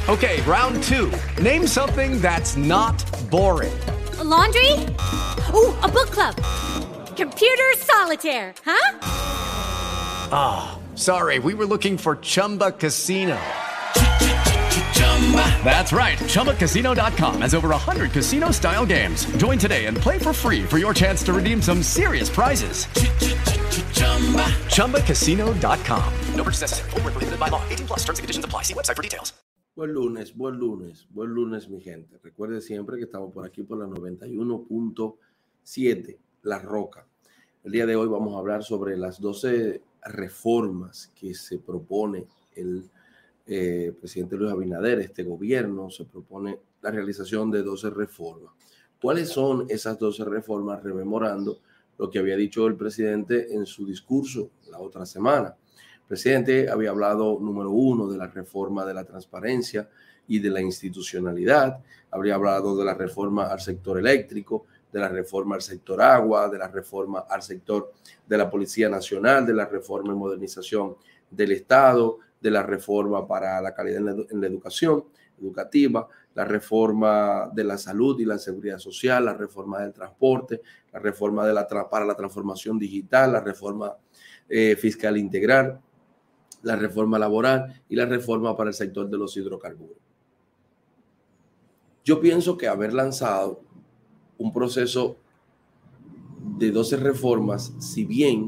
Okay, round two. Name something that's not boring. A laundry? Ooh, a book club. Computer solitaire, huh? Ah, sorry, we were looking for Chumba Casino. That's right. ChumbaCasino.com has over 100 casino-style games. Join today and play for free for your chance to redeem some serious prizes. ChumbaCasino.com. No purchase necessary. Void where prohibited by law. 18 plus. Terms and conditions apply. See website for details. Buen lunes, mi gente. Recuerde siempre que estamos por aquí por la 91.7, La Roca. El día de hoy vamos a hablar sobre las 12 reformas que se propone el presidente Luis Abinader. Este gobierno se propone la realización de 12 reformas. ¿Cuáles son esas 12 reformas? Rememorando lo que había dicho el presidente en su discurso la otra semana. El presidente había hablado, número uno, de la reforma de la transparencia y de la institucionalidad. Habría hablado de la reforma al sector eléctrico, de la reforma al sector agua, de la reforma al sector de la Policía Nacional, de la reforma y modernización del Estado, de la reforma para la calidad en la educación educativa, la reforma de la salud y la seguridad social, la reforma del transporte, la reforma para la transformación digital, la reforma fiscal integral, la reforma laboral y la reforma para el sector de los hidrocarburos. Yo pienso que haber lanzado un proceso de 12 reformas, si bien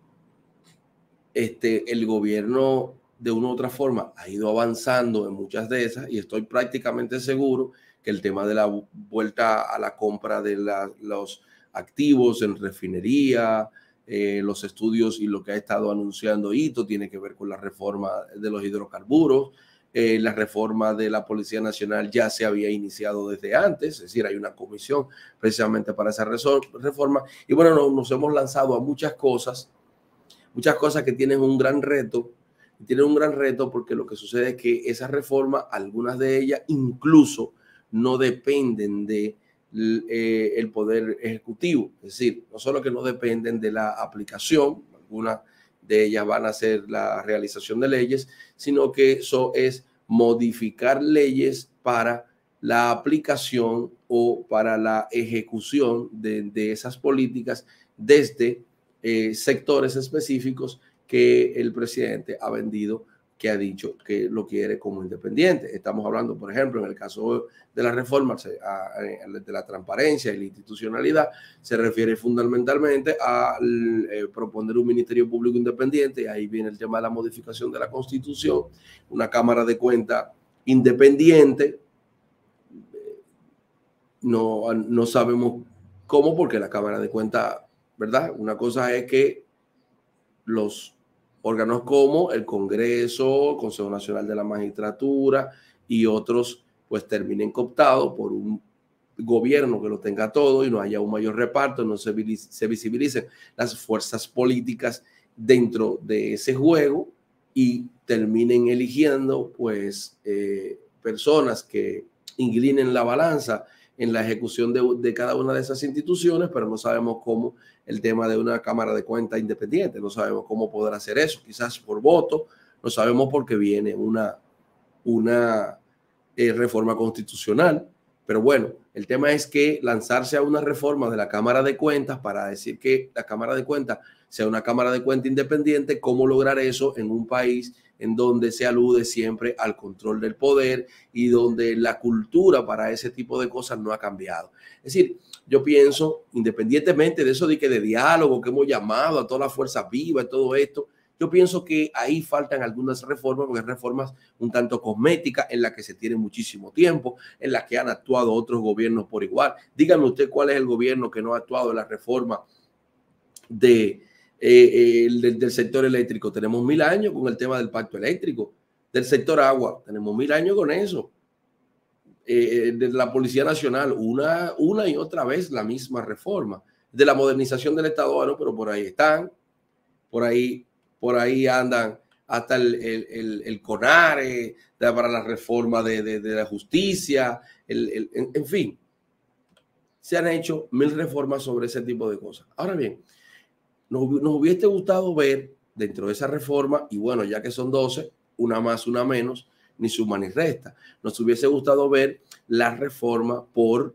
el gobierno de una u otra forma ha ido avanzando en muchas de esas, y estoy prácticamente seguro que el tema de la vuelta a la compra de los activos en refinería, los estudios y lo que ha estado anunciando Ito tiene que ver con la reforma de los hidrocarburos. La reforma de la Policía Nacional ya se había iniciado desde antes, es decir, hay una comisión precisamente para esa reforma. Y bueno, nos hemos lanzado a muchas cosas que tienen un gran reto. Tienen un gran reto porque lo que sucede es que esas reformas, algunas de ellas incluso no dependen de el poder ejecutivo. Es decir, no solo que no dependen de la aplicación, algunas de ellas van a ser la realización de leyes, sino que eso es modificar leyes para la aplicación o para la ejecución de esas políticas desde sectores específicos que el presidente ha vendido, que ha dicho que lo quiere como independiente. Estamos hablando, por ejemplo, en el caso de la reforma de la transparencia y la institucionalidad, se refiere fundamentalmente a proponer un ministerio público independiente, y ahí viene el tema de la modificación de la Constitución, una Cámara de Cuentas independiente. No sabemos cómo, porque la Cámara de Cuentas, ¿verdad? Una cosa es que los órganos como el Congreso, el Consejo Nacional de la Magistratura y otros pues terminen cooptados por un gobierno que lo tenga todo y no haya un mayor reparto, no se visibilicen las fuerzas políticas dentro de ese juego y terminen eligiendo pues personas que inclinen la balanza en la ejecución de cada una de esas instituciones, pero no sabemos cómo el tema de una Cámara de Cuentas independiente, no sabemos cómo poder hacer eso, quizás por voto, no sabemos porque viene una reforma constitucional, pero bueno, el tema es que lanzarse a una reforma de la Cámara de Cuentas para decir que la Cámara de Cuentas sea una Cámara de Cuentas independiente, ¿cómo lograr eso en un país en donde se alude siempre al control del poder y donde la cultura para ese tipo de cosas no ha cambiado? Es decir, yo pienso, independientemente de eso de diálogo que hemos llamado a todas las fuerzas vivas y todo esto, yo pienso que ahí faltan algunas reformas, porque reformas un tanto cosméticas en las que se tiene muchísimo tiempo, en las que han actuado otros gobiernos por igual. Díganme usted cuál es el gobierno que no ha actuado en la reforma del sector eléctrico. Tenemos 1000 años con el tema del pacto eléctrico. Del sector agua, tenemos 1000 años con eso. De la Policía Nacional, una y otra vez la misma reforma. De la modernización del Estado, bueno, pero por ahí están, por ahí andan hasta el CONARE para la reforma de la justicia, en fin, se han hecho 1000 reformas sobre ese tipo de cosas. Ahora bien, nos hubiese gustado ver dentro de esa reforma, y bueno, ya que son 12, una más, una menos, ni suma ni resta. Nos hubiese gustado ver la reforma por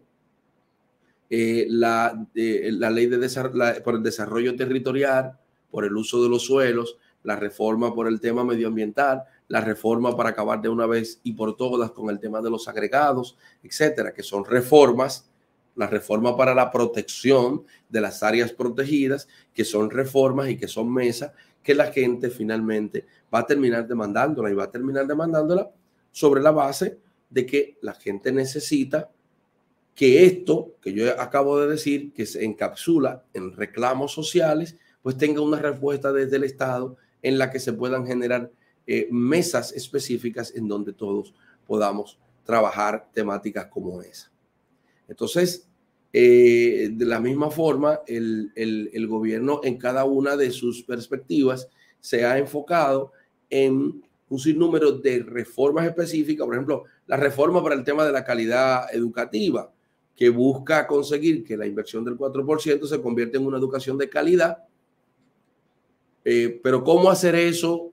la ley por el desarrollo territorial, por el uso de los suelos, la reforma por el tema medioambiental, la reforma para acabar de una vez y por todas con el tema de los agregados, etcétera, que son reformas, la reforma para la protección de las áreas protegidas, que son reformas y que son mesas que la gente finalmente va a terminar demandándola, y va a terminar demandándola sobre la base de que la gente necesita que esto que yo acabo de decir, que se encapsula en reclamos sociales, pues tenga una respuesta desde el Estado en la que se puedan generar mesas específicas en donde todos podamos trabajar temáticas como esa. Entonces, de la misma forma, el gobierno en cada una de sus perspectivas se ha enfocado en un sinnúmero de reformas específicas. Por ejemplo, la reforma para el tema de la calidad educativa, que busca conseguir que la inversión del 4% se convierta en una educación de calidad. Pero ¿cómo hacer eso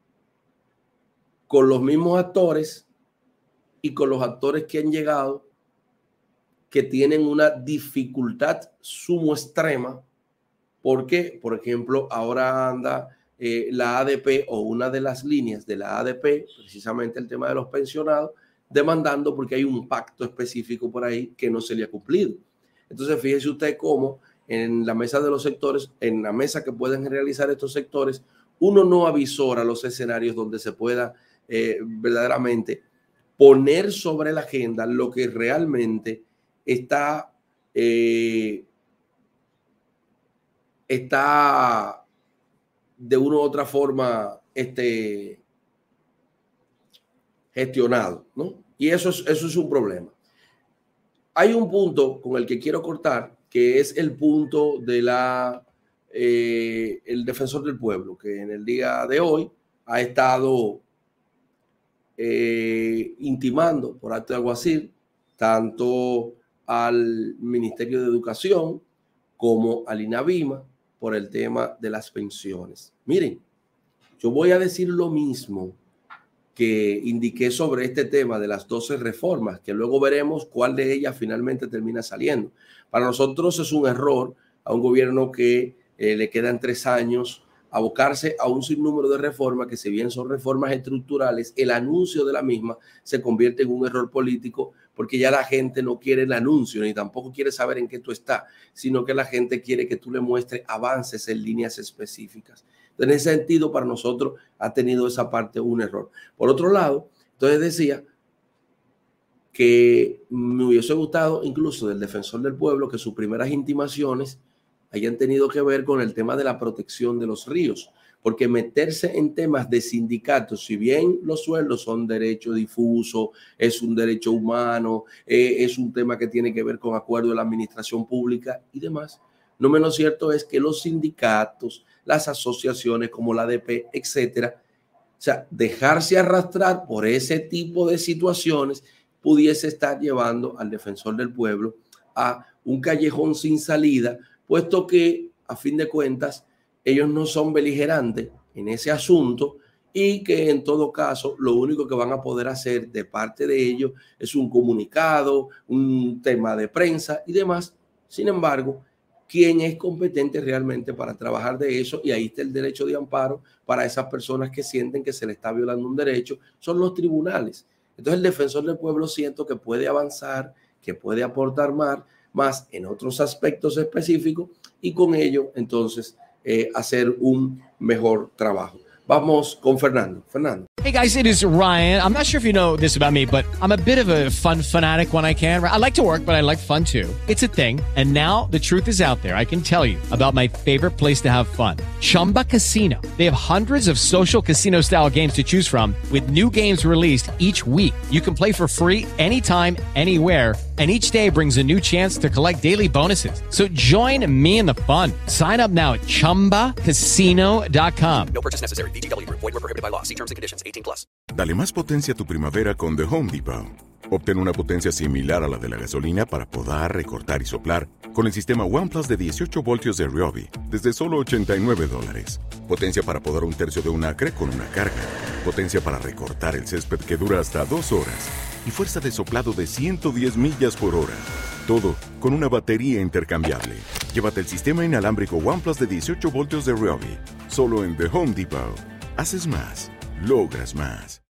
con los mismos actores y con los actores que han llegado, que tienen una dificultad sumo extrema? Porque, por ejemplo, ahora anda la ADP, o una de las líneas de la ADP, precisamente el tema de los pensionados, demandando porque hay un pacto específico por ahí que no se le ha cumplido. Entonces, fíjese usted cómo en la mesa de los sectores, en la mesa que pueden realizar estos sectores, uno no avisora los escenarios donde se pueda verdaderamente poner sobre la agenda lo que realmente está de una u otra forma gestionado, ¿no? Y eso es un problema. Hay un punto con el que quiero cortar, que es el punto de el defensor del pueblo, que en el día de hoy ha estado intimando por acto de alguacil tanto al Ministerio de Educación como al INAVIMA por el tema de las pensiones. Miren, yo voy a decir lo mismo que indiqué sobre este tema de las 12 reformas, que luego veremos cuál de ellas finalmente termina saliendo. Para nosotros es un error a un gobierno que le quedan 3 años abocarse a un sinnúmero de reformas que, si bien son reformas estructurales, el anuncio de la misma se convierte en un error político, porque ya la gente no quiere el anuncio ni tampoco quiere saber en qué tú estás, sino que la gente quiere que tú le muestres avances en líneas específicas. En ese sentido, para nosotros ha tenido esa parte un error. Por otro lado, entonces decía que me hubiese gustado incluso del defensor del pueblo que sus primeras intimaciones hayan tenido que ver con el tema de la protección de los ríos, porque meterse en temas de sindicatos, si bien los sueldos son derecho difuso, es un derecho humano, es un tema que tiene que ver con acuerdo de la administración pública y demás, no menos cierto es que los sindicatos, las asociaciones como la ADP, etcétera, o sea, dejarse arrastrar por ese tipo de situaciones pudiese estar llevando al defensor del pueblo a un callejón sin salida, puesto que, a fin de cuentas, ellos no son beligerantes en ese asunto y que, en todo caso, lo único que van a poder hacer de parte de ellos es un comunicado, un tema de prensa y demás. Sin embargo, ¿quién es competente realmente para trabajar de eso? Y ahí está el derecho de amparo para esas personas que sienten que se les está violando un derecho, son los tribunales. Entonces, el defensor del pueblo siento que puede avanzar, que puede aportar más en otros aspectos específicos y con ello, entonces, hacer un mejor trabajo. Vamos con Fernando. Fernando. Hey guys, it is Ryan. I'm not sure if you know this about me, but I'm a bit of a fun fanatic when I can. I like to work, but I like fun too. It's a thing. And now the truth is out there. I can tell you about my favorite place to have fun. Chumba Casino. They have hundreds of social casino style games to choose from with new games released each week. You can play for free anytime, anywhere. And each day brings a new chance to collect daily bonuses. So join me in the fun. Sign up now at ChumbaCasino.com. No purchase necessary. VGW Group. Void where prohibited by law. See terms and conditions. 18+. Dale más potencia a tu primavera con The Home Depot. Obtén una potencia similar a la de la gasolina para podar, recortar y soplar con el sistema OnePlus de 18 voltios de Ryobi desde solo $89. Potencia para podar 1/3 de un acre con una carga. Potencia para recortar el césped que dura hasta 2 horas. Y fuerza de soplado de 110 millas por hora. Todo con una batería intercambiable. Llévate el sistema inalámbrico OnePlus de 18 voltios de Ryobi. Solo en The Home Depot. Haces más. Logras más.